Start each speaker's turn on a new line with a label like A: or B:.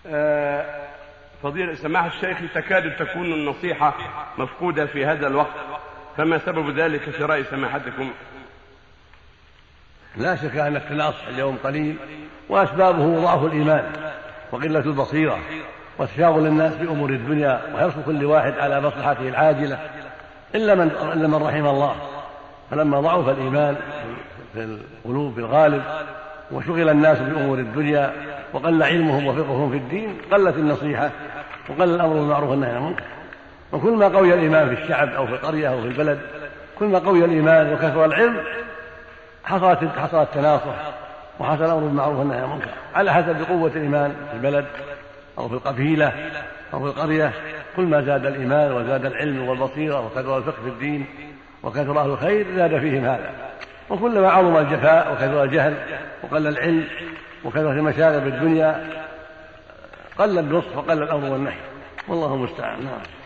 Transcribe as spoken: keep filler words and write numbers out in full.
A: فضيلة سماحة الشيخ، تكاد تكون النصيحة مفقودة في هذا الوقت، فما سبب ذلك في رأي سماحتكم؟
B: لا شك أن التناصح اليوم قليل، وأسبابه ضعف الإيمان وقلة البصيرة وتشاغل الناس بأمور الدنيا وحرص كل واحد على مصلحته العاجلة إلا من, إلا من رحم الله. فلما ضعف الإيمان في القلوب بالغالب وشغل الناس بأمور الدنيا وقل علمهم وفقههم في الدين قلت النصيحة وقل الأمر بالمعروف والنهي عن المنكر. وكل ما قوي الإيمان في الشعب أو في القرية أو في البلد، كل ما قوي الإيمان وكثر العلم حصلت حصل التناصح وحصل الأمر بالمعروف والنهي عن المنكر على حسب قوة الإيمان في البلد أو في القبيلة أو في القرية. كل ما زاد الإيمان وزاد العلم والبصيرة وكثر الفقه في الدين وكثر أهل الخير زاد فيهم هذا. وكلما عظم الجفاء وكثر الجهل وقل العلم وكثرت المشاغل بالدنيا قل النصح وقل الأمر والنهي، والله المستعان.